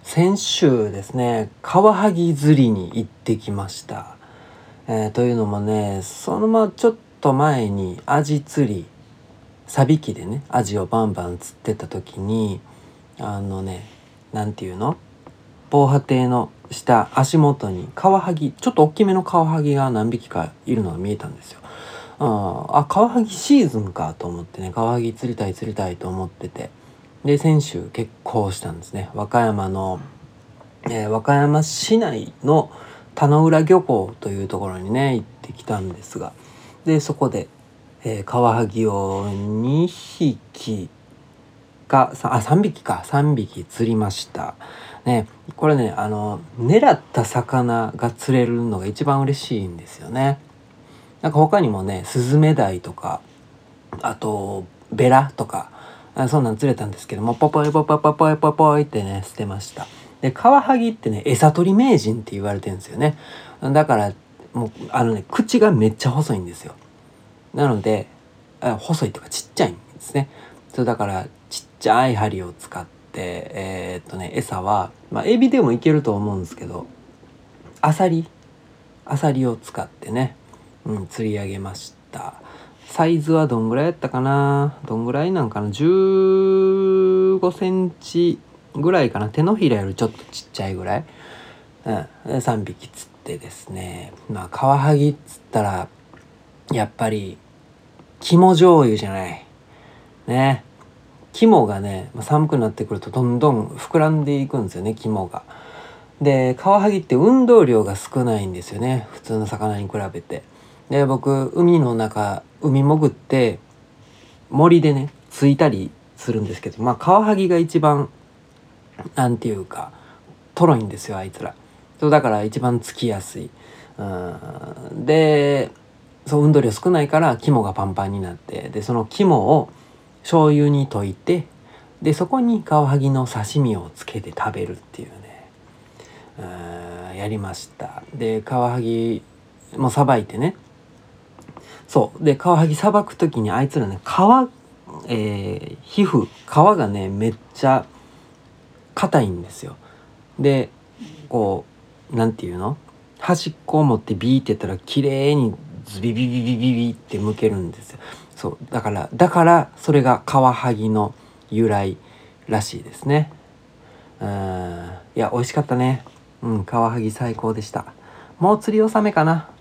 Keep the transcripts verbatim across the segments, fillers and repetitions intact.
先週ですね、カワハギ釣りに行ってきました。えー、というのもね、そのままちょっと前にアジ釣り、サビキでね、アジをバンバン釣ってた時に、あのね、なんていうの？防波堤の下、足元にカワハギ、ちょっと大きめのカワハギが何匹かいるのが見えたんですよ。ああ、カワハギシーズンかと思ってね、カワハギ釣りたい釣りたいと思ってて、で先週結構したんですね。和歌山の、えー、和歌山市内の田野浦漁港というところにね行ってきたんですが、でそこで、えー、カワハギをにひきかあさんびきかさんびき釣りましたね。これね、あの狙った魚が釣れるのが一番嬉しいんですよね。なんか他にもね、スズメダイとか、あとベラとか、あそんなん釣れたんですけども、ポポイポポポポイポポイってね捨てました。でカワハギってね、餌取り名人って言われてるんですよね。だからもうあのね、口がめっちゃ細いんですよ。なのであ細いというかちっちゃいんですね。そうだからちっちゃい針を使ってえー、っとね餌は、まあ、エビでもいけると思うんですけど、アサリアサリを使ってね、うん、釣り上げました。サイズはどんぐらいやったかな、どんぐらいなんかな、じゅうごセンチぐらいかな、手のひらよりちょっとちっちゃいぐらい、うん、さんびき釣ってですね、まあカワハギっつったらやっぱり肝醤油じゃないね。肝がね、寒くなってくるとどんどん膨らんでいくんですよね、肝が。でカワハギって運動量が少ないんですよね、普通の魚に比べて。で僕海の中海潜って森でねついたりするんですけど、まあカワハギが一番なんていうかトロいんですよ、あいつら。そうだから一番つきやすい。うんでそう運動量少ないから肝がパンパンになって、でその肝を醤油に溶いて、でそこにカワハギの刺身をつけて食べるっていうね、うんやりました。でカワハギもさばいてね、そうでカワハギさばく時にあいつらね皮、えー、皮膚皮がねめっちゃ硬いんですよ。でこうなんていうの、端っこを持ってビーってやったら綺麗にズビビビビビビって剥けるんですよ。そうだからだからそれがカワハギの由来らしいですね。うーんいや美味しかったね。うんカワハギ最高でした。もう釣り納めかな。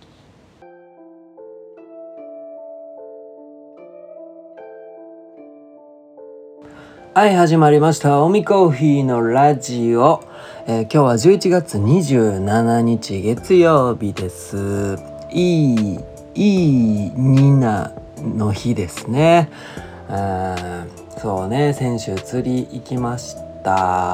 はい、始まりました。おみコーヒーのラジオ。えー、今日はじゅういちがつにじゅうしちにち月曜日です。いい、いいニナの日ですね。あそうね、先週釣り行きました。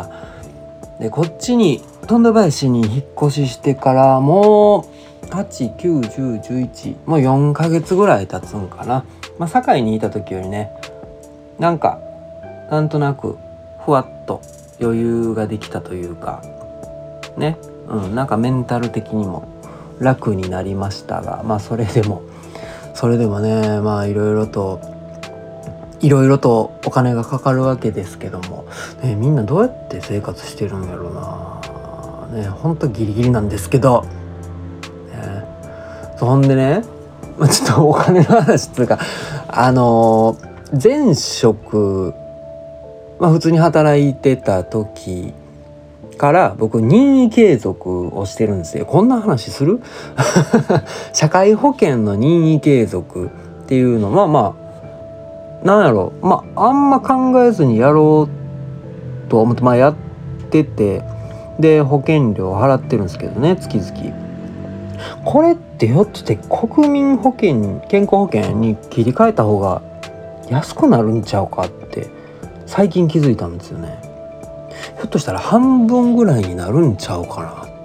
で、こっちに富田林に引っ越ししてからもうはち、きゅう、じゅう、じゅういち、もうよんかげつぐらい経つんかな。まあ、堺にいた時よりね、なんかなんとなくふわっと余裕ができたというかね、うん、なんかメンタル的にも楽になりましたが、まあそれでもそれでもね、まあいろいろといろいろとお金がかかるわけですけども、ね、みんなどうやって生活してるんやろうなね、ほんとギリギリなんですけど、ね、そほんでね、まあ、ちょっとお金の話っていうか、あのー、前職まあ、普通に働いてた時から僕任意継続をしてるんですよ。こんな話する社会保険の任意継続っていうのはまあなんやろ、まああんま考えずにやろうと思ってまあやってて、で保険料払ってるんですけどね、月々。これってひょっとして国民保険健康保険に切り替えた方が安くなるんちゃうかって最近気づいたんですよね。ひょっとしたら半分ぐらいになるんちゃうかなって、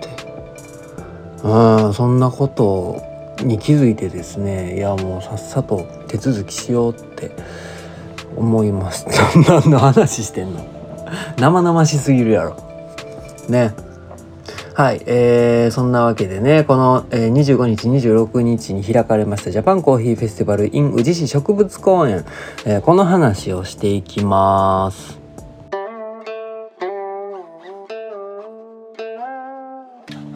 うんそんなことに気づいてですね、いやもうさっさと手続きしようって思います。何の話してんの生々しすぎるやろね。はい、えー、そんなわけでね、この、えー、にじゅうごにちにじゅうろくにちに開かれましたジャパンコーヒーフェスティバル in 宇治市植物公園、えー、この話をしていきます。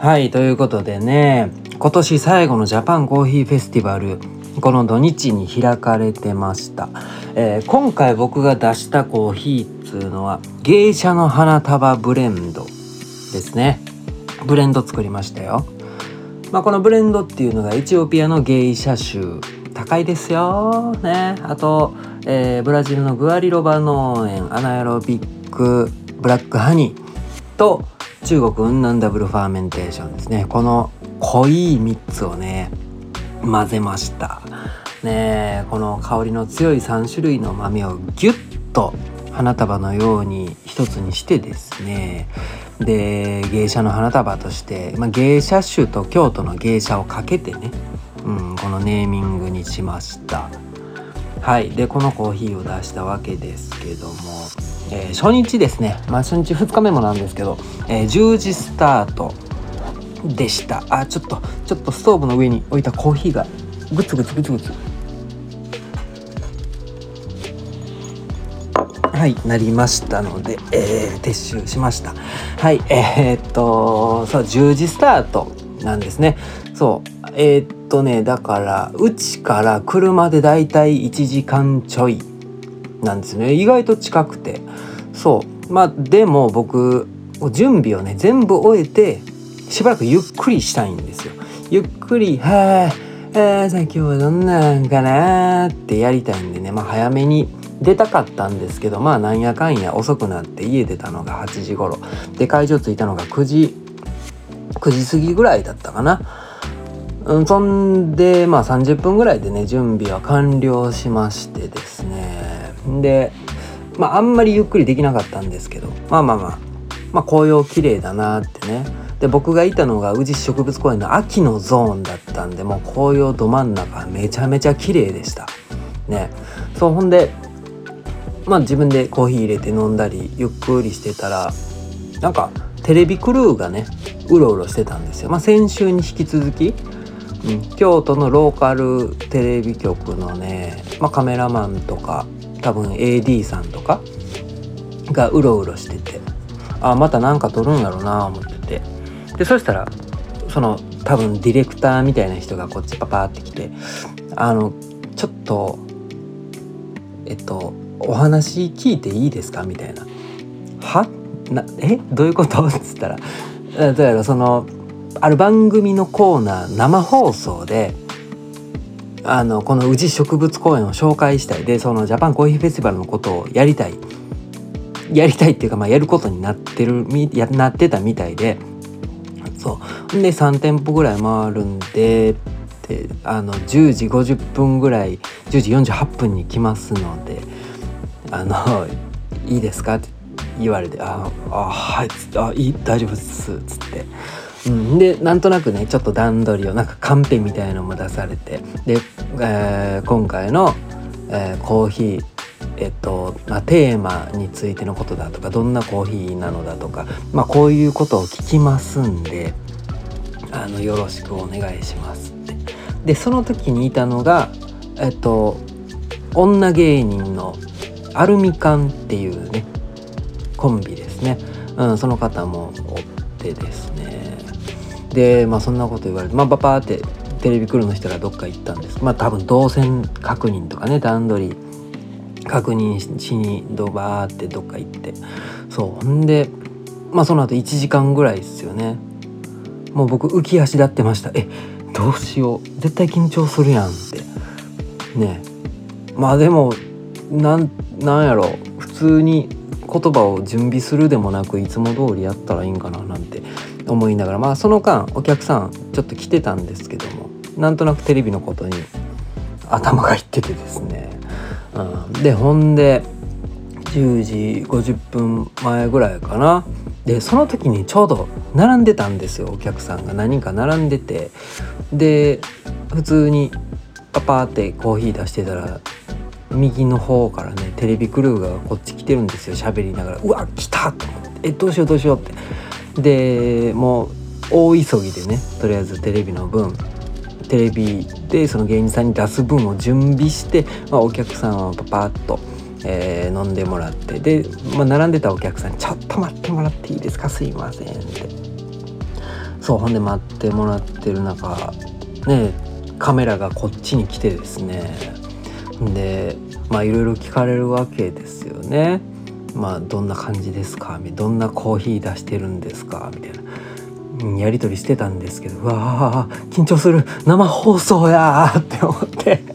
はい、ということでね、今年最後のジャパンコーヒーフェスティバル、この土日に開かれてました。えー、今回僕が出したコーヒーっつうのは芸者の花束ブレンドですね。ブレンド作りましたよ。まあ、このブレンドっていうのがエチオピアの芸者種、高いですよね。あと、えー、ブラジルのグアリロバ農園アナエロビックブラックハニーと中国雲南ダブルファーメンテーションですね。この濃いみっつをね混ぜましたね。この香りの強いさん種類の豆をギュッと花束のように一つにしてですね、で芸者の花束として、まあ、芸者種と京都の芸者をかけてね、うん、このネーミングにしました。はい。でこのコーヒーを出したわけですけども、えー、初日ですね、まあ初日ふつかめもなんですけど、えー、じゅうじスタートでした。あ、ちょっとちょっとストーブの上に置いたコーヒーがグツグツグツグツはいなりましたので、えー、撤収しました。はい。えー、っとそうじゅうじスタートなんですね。そうえー、っとねだからうちから車でだいたいいちじかんちょいなんですね。意外と近くて、そうまあでも僕準備をね全部終えてしばらくゆっくりしたいんですよ。ゆっくりはあ、あさあ今日はどんなんかなってやりたいんでね、まあ早めに出たかったんですけど、まあなんやかんや遅くなって家出たのがはちじ頃で会場着いたのがくじくじ過ぎぐらいだったかな。うん、そんでまあさんじゅっぷんぐらいでね準備は完了しましてですね、でまああんまりゆっくりできなかったんですけど、まあまあまあまあ紅葉綺麗だなってね。で僕がいたのが宇治植物公園の秋のゾーンだったんで、もう紅葉ど真ん中めちゃめちゃ綺麗でしたね。そうほんでまあ自分でコーヒー入れて飲んだりゆっくりしてたら、なんかテレビクルーがねうろうろしてたんですよ。まあ先週に引き続き、うん、京都のローカルテレビ局のね、まあ、カメラマンとか多分 エーディー さんとかがうろうろしてて、あまたなんか撮るんやろうな思ってて、でそしたらその多分ディレクターみたいな人がこっちパパーって来て、あのちょっとえっとお話聞いていいですかみたいな。はなえどういうことっつったら、だからそのある番組のコーナー生放送であのこの宇治植物公園を紹介したいで、そのジャパンコーヒーフェスティバルのことをやりたいやりたいっていうか、まあ、やることになってるみやなってたみたいで、そうでさん店舗ぐらい回るんで、であのじゅうじごじゅっぷんぐらいじゅうじよんじゅうはっぷんに来ますので、あのいいですかって言われて、ああはいあいい大丈夫ですつって、うん、でなんとなくねちょっと段取りをなんかカンペみたいのも出されて、で、えー、今回の、えー、コーヒーえっとまあ、テーマについてのことだとか、どんなコーヒーなのだとか、まあ、こういうことを聞きますんで、あのよろしくお願いしますって。でその時にいたのがえっと女芸人のアルミカンっていうねコンビですね、うん、その方もおってですね、でまあそんなこと言われて、まあパパーってテレビクルーの人がどっか行ったんです。まあ多分動線確認とかね段取り確認しにドバーってどっか行って、そうんでまあその後いちじかんぐらいですよね。もう僕浮き足立ってました。えどうしよう絶対緊張するやんってね。まあでもなんなんやろ普通に言葉を準備するでもなくいつも通りやったらいいんかななんて思いながら、まあその間お客さんちょっと来てたんですけども、なんとなくテレビのことに頭がいっててですね、うん、でほんでじゅうじごじゅっぷんまえぐらいかな。でその時にちょうど並んでたんですよ。お客さんが何人か並んでて、で普通にパパーってコーヒー出してたら右の方からねテレビクルーがこっち来てるんですよ。喋りながらうわ来たと思って、えどうしようどうしようってでもう大急ぎでねとりあえずテレビの分テレビでその芸人さんに出す分を準備して、まあ、お客さんはパパッと、えー、飲んでもらって、で、まあ、並んでたお客さんにちょっと待ってもらっていいですかすいませんって、 そうほんで待ってもらってる中ね、カメラがこっちに来てですね、でまあいろいろ聞かれるわけですよね。まあどんな感じですか、どんなコーヒー出してるんですかみたいな、うん、やり取りしてたんですけど、うわー緊張する、生放送やーって思って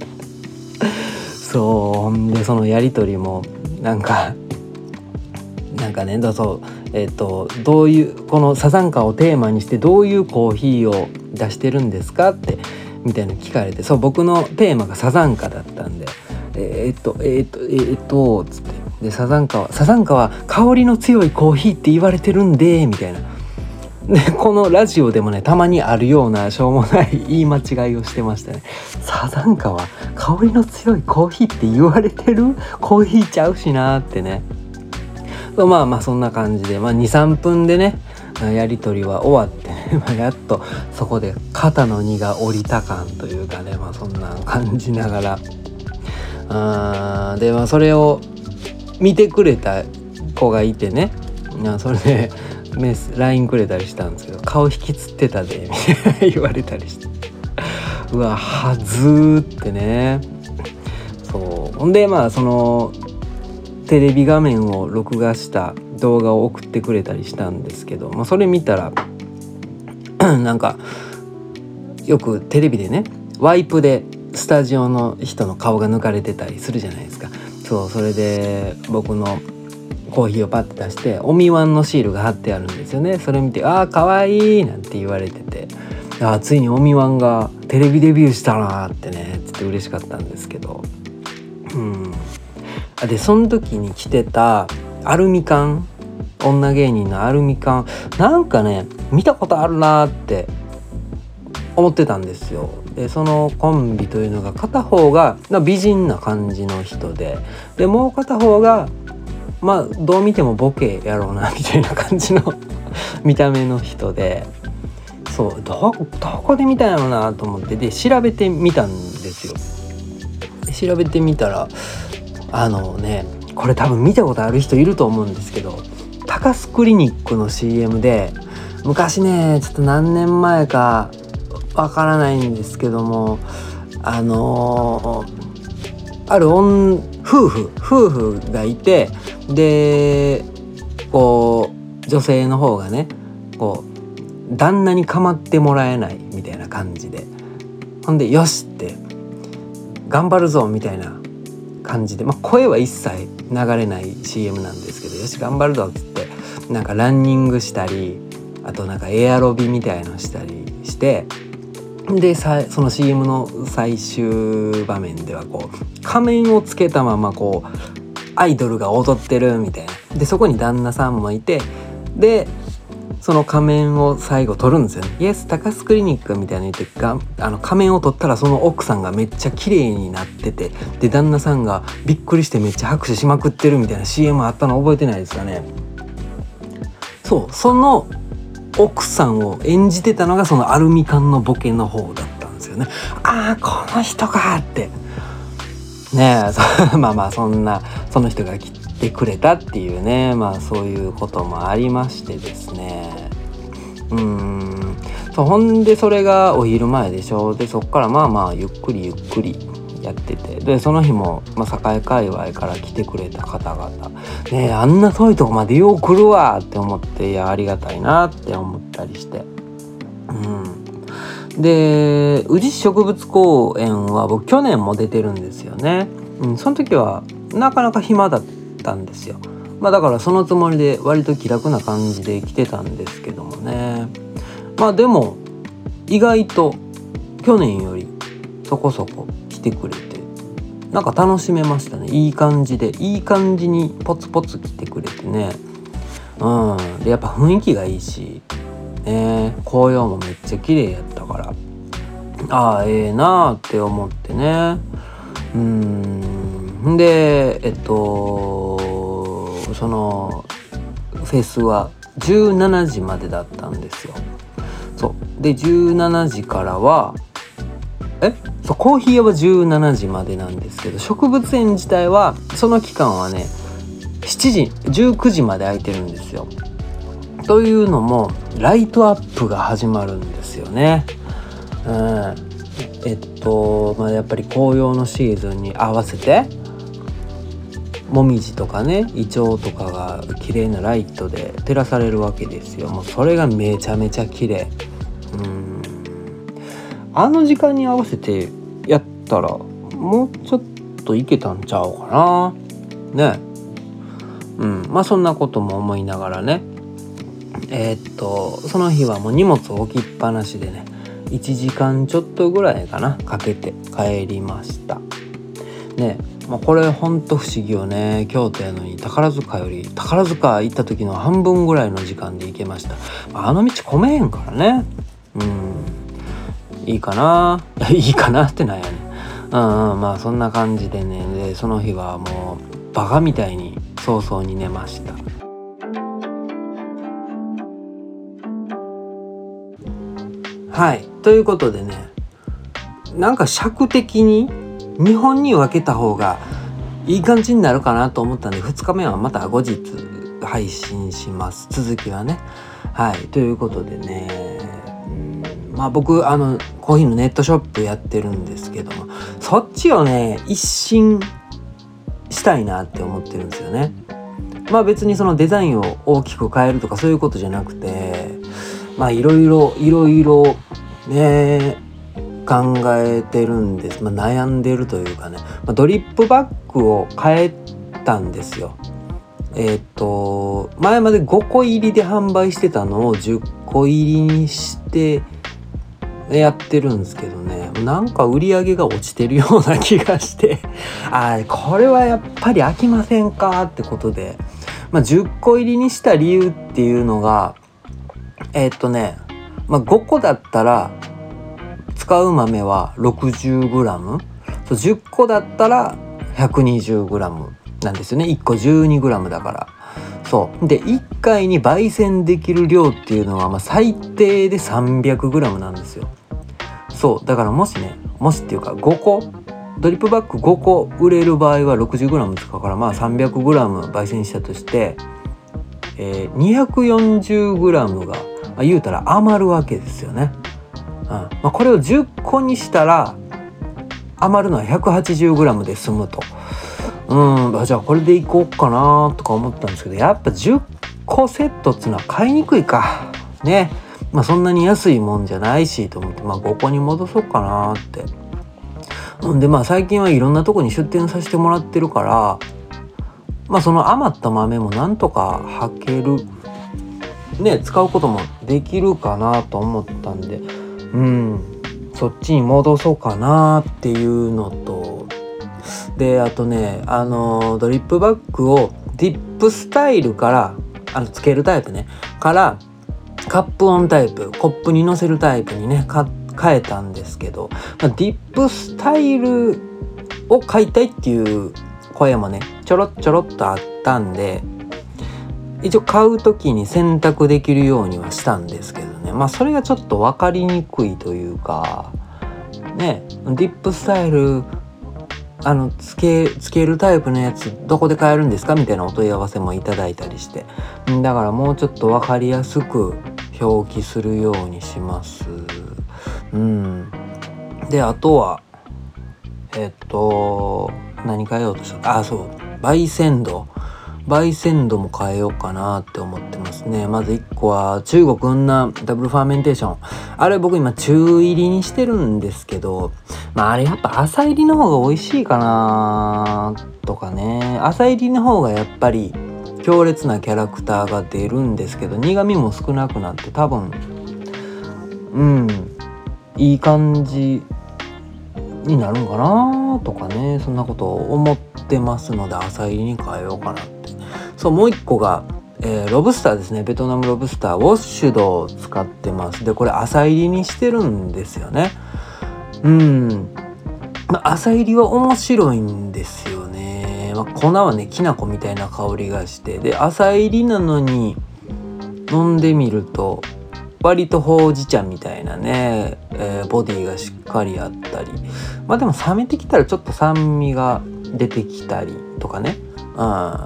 そうでそのやり取りもなんかなんかね、どうぞえっとどういうこのサザンカをテーマにしてどういうコーヒーを出してるんですかってみたいな聞かれて、そう僕のテーマがサザンカだったんで、えー、っとえー、っとえー、っとつってでサザンカはサザンカは香りの強いコーヒーって言われてるんでみたいな。でこのラジオでもねたまにあるようなしょうもない言い間違いをしてましたね。サザンカは香りの強いコーヒーって言われてる、コーヒーちゃうしなってね。まあまあそんな感じで、まあ、にさんぷんでねやり取りは終わって、ね、まあやっとそこで肩の荷が下りた感というかね、まあそんな感じながら、あでまあそれを見てくれた子がいてね、それでメス ライン くれたりしたんですけど、顔引きつってたでみたいな言われたりして、うわはずーってね。そうほんでまあそのテレビ画面を録画した動画を送ってくれたりしたんですけど、まあ、それ見たらなんかよくテレビでねワイプでスタジオの人の顔が抜かれてたりするじゃないですか。そうそれで僕のコーヒーをパッて出しておみわんのシールが貼ってあるんですよね。それ見てあーかわいいなんて言われてて、あーついにおみわんがテレビデビューしたなーってねつって嬉しかったんですけど、うんでその時に着てたアルミ缶、女芸人のアルミ缶なんかね見たことあるなって思ってたんですよ。でそのコンビというのが片方が美人な感じの人で、でもう片方がまあどう見てもボケやろうなみたいな感じの見た目の人で、そうどどこで見たんやろうなと思ってで調べてみたんですよ。調べてみたらあのねこれ多分見たことある人いると思うんですけど、高須クリニックの シーエム で昔ねちょっと何年前かわからないんですけども、あのー、ある夫婦夫婦がいて、でこう女性の方がねこう旦那に構ってもらえないみたいな感じで、ほんでよしって頑張るぞみたいな感じで、まあ、声は一切流れない シーエム なんですけど、よし頑張るぞっつってなんかランニングしたり、あとなんかエアロビみたいのしたりして、でさその シーエム の最終場面ではこう仮面をつけたままこうアイドルが踊ってるみたいな、でそこに旦那さんもいて、でその仮面を最後取るんですよね。イエス高須クリニックみたいな言ってがあの仮面を取ったらその奥さんがめっちゃ綺麗になってて、で旦那さんがびっくりしてめっちゃ拍手しまくってるみたいな シーエム あったの覚えてないですかね。そうその奥さんを演じてたのがそのアルミ缶のボケの方だったんですよね。あーこの人かってねえまあまあそんなその人が来てくれたっていうね、まあそういうこともありましてですね、うーんそうほんでそれがお昼前でしょ。でそっからまあまあゆっくりゆっくりやってて、でその日も、まあ、栄界隈から来てくれた方々ねえあんな遠いとこまでよう来るわって思って、いやありがたいなって思ったりして、うんで宇治市植物公園は僕去年も出てるんですよね、うん、その時はなかなか暇だったんですよ。まあだからそのつもりで割と気楽な感じで来てたんですけどもね、まあでも意外と去年よりそこそこ来てくれてなんか楽しめましたね。いい感じでいい感じにポツポツ来てくれてね、うんでやっぱ雰囲気がいいしね、紅葉もめっちゃ綺麗やったから、ああええなーって思ってね。うーんでえっとそのフェスはじゅうしちじまでだったんですよ。そうでじゅうしちじからはえそうコーヒー屋はじゅうしちじまでなんですけど、植物園自体はその期間はねしちじじゅうくじまで空いてるんですよ。 というのもライトアップが始まるんですよね。うん、えっとまあやっぱり紅葉のシーズンに合わせてもみじとかねイチョウとかが綺麗なライトで照らされるわけですよ。もうそれがめちゃめちゃ綺麗。うんあの時間に合わせてやったらもうちょっといけたんちゃうかなね。うんまあそんなことも思いながらねえー、っとその日はもう荷物を置きっぱなしでねいちじかんちょっとぐらいかなかけて帰りましたね。まあ、これほんと不思議よね。京都やのに宝塚より宝塚行った時の半分ぐらいの時間で行けました。あの道混めへんからね。うんいいかないいかなってなんやねうんうんまあそんな感じでねでその日はもうバカみたいに早々に寝ました。はいということでねなんか尺的ににほんに分けた方がいい感じになるかなと思ったんでふつかめはまた後日配信します。続きはね。はいということでねうんまあ僕あのコーヒーのネットショップやってるんですけどもそっちをね一新したいなって思ってるんですよね。まあ別にそのデザインを大きく変えるとかそういうことじゃなくてまあいろいろいろいろね考えてるんです、まあ、悩んでるというかね、まあ、ドリップバッグを変えたんですよ。えっと前までごこ入りで販売してたのをじゅっこ入りにしてやってるんですけどねなんか売り上げが落ちてるような気がしてあこれはやっぱり飽きませんかってことで、まあ、じゅっこ入りにした理由っていうのがえっとね、まあ、ごこだったら使う豆は ろくじゅうグラム じゅっこだったら ひゃくにじゅうグラム なんですよね。いっこ じゅうにグラム だからそうでいっかいに焙煎できる量っていうのはまあ最低で さんびゃくグラム なんですよ。そうだからもしねもしっていうかごこドリップバッグごこ売れる場合は ろくじゅうグラム 使うからまあ さんびゃくグラム 焙煎したとして、えー、にひゃくよんじゅうグラム が、まあ、言うたら余るわけですよね。うんまあ、これをじゅっこにしたら余るのは ひゃくはちじゅうグラム で済むと。うんじゃあこれでいこうかなとか思ったんですけどやっぱじゅっこセットっつうのは買いにくいかね。まあそんなに安いもんじゃないしと思ってまあごこに戻そうかなって。でまあ最近はいろんなとこに出店させてもらってるからまあその余った豆もなんとか履けるね使うこともできるかなと思ったんでうんそっちに戻そうかなっていうのとであとねあのドリップバッグをディップスタイルからあのつけるタイプねからカップオンタイプコップに乗せるタイプにね変えたんですけど、まあ、ディップスタイルを買いたいっていう声もねちょろちょろっとあったんで一応買う時に選択できるようにはしたんですけどねまあそれがちょっと分かりにくいというかねディップスタイルあのつけつけるタイプのやつどこで買えるんですかみたいなお問い合わせもいただいたりしてだからもうちょっと分かりやすく表記するようにします。うんであとはえっと何変えようとしたかあそう焙煎度焙煎度も変えようかなって思ってますね。まずいっこは中国雲南ダブルファーメンテーションあれ僕今中入りにしてるんですけどまああれやっぱ浅入りの方が美味しいかなとかね浅入りの方がやっぱり強烈なキャラクターが出るんですけど苦味も少なくなって多分うんいい感じになるんかなとかねそんなことを思ってますので浅入りに変えようかなってそうもう一個が、えー、ロブスターですねベトナムロブスターウォッシュドを使ってますでこれ浅入りにしてるんですよねうんまあ、浅入りは面白いんですよね、まあ、粉はねきな粉みたいな香りがしてで浅入りなのに飲んでみると割とほうじ茶みたいなね、えー、ボディがしっかりあったりまあでも冷めてきたらちょっと酸味が出てきたりとかね、うん、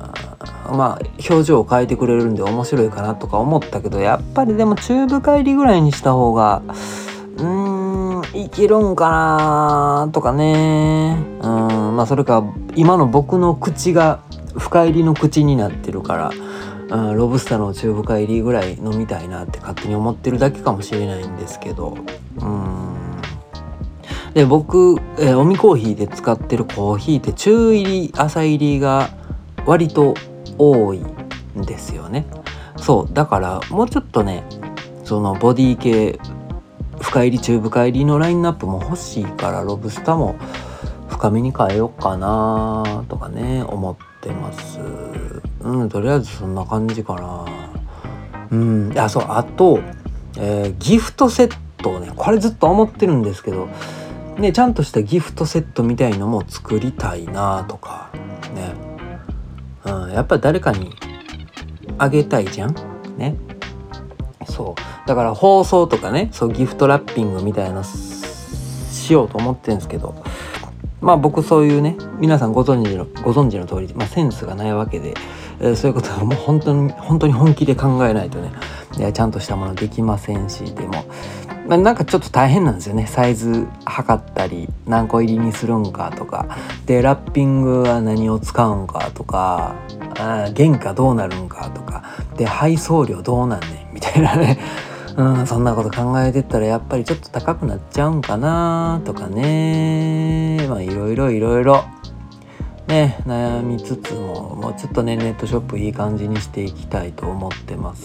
まあ表情を変えてくれるんで面白いかなとか思ったけど、やっぱりでも中深入りぐらいにした方がうーんいけるんかなとかね。うん、まあそれか今の僕の口が深入りの口になってるから、うん、ロブスターの中深入りぐらい飲みたいなって勝手に思ってるだけかもしれないんですけど、うん。で僕、えー、オミコーヒーで使ってるコーヒーって中入り浅入りが割と多いんですよね。そうだからもうちょっとね、そのボディ系深入り中深入りのラインナップも欲しいから、ロブスターも深めに変えようかなとかね思ってます。うん、とりあえずそんな感じかな。うん、あそうあと、えー、ギフトセットをね、これずっと思ってるんですけどね、ちゃんとしたギフトセットみたいのも作りたいなとかね、うん、やっぱり誰かにあげたいじゃんね。そうだから放送とかね、そうギフトラッピングみたいなしようと思ってるんですけど、まあ僕そういうね、皆さんご存知のご存知の通り、まあ、センスがないわけで、えー、そういうことはもう本当に本当に本気で考えないとね、ちゃんとしたものできませんし、でもまあ、なんかちょっと大変なんですよね。サイズ測ったり何個入りにするんかとかで、ラッピングは何を使うんかとか、あ原価どうなるんかとかで、配送料どうなんねんみたいなねうん、そんなこと考えてったらやっぱりちょっと高くなっちゃうんかなとかね、まあいろいろいろいろね悩みつつも、もうちょっとねネットショップいい感じにしていきたいと思ってます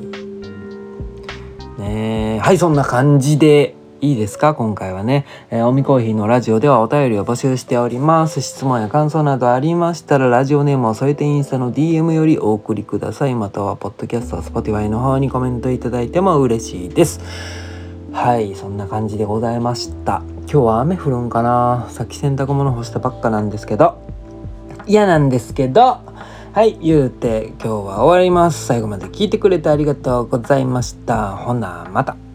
ね。はい、そんな感じでいいですか今回はね、えー、おみコーヒーのラジオではお便りを募集しております。質問や感想などありましたらラジオネームを添えてインスタの ディーエム よりお送りください。またはポッドキャスト Spotify の方にコメントいただいても嬉しいです。はい、そんな感じでございました。今日は雨降るんかな。さっき洗濯物干したばっかなんですけど、嫌なんですけど、はい言うて今日は終わります。最後まで聞いてくれてありがとうございました。ほなまた。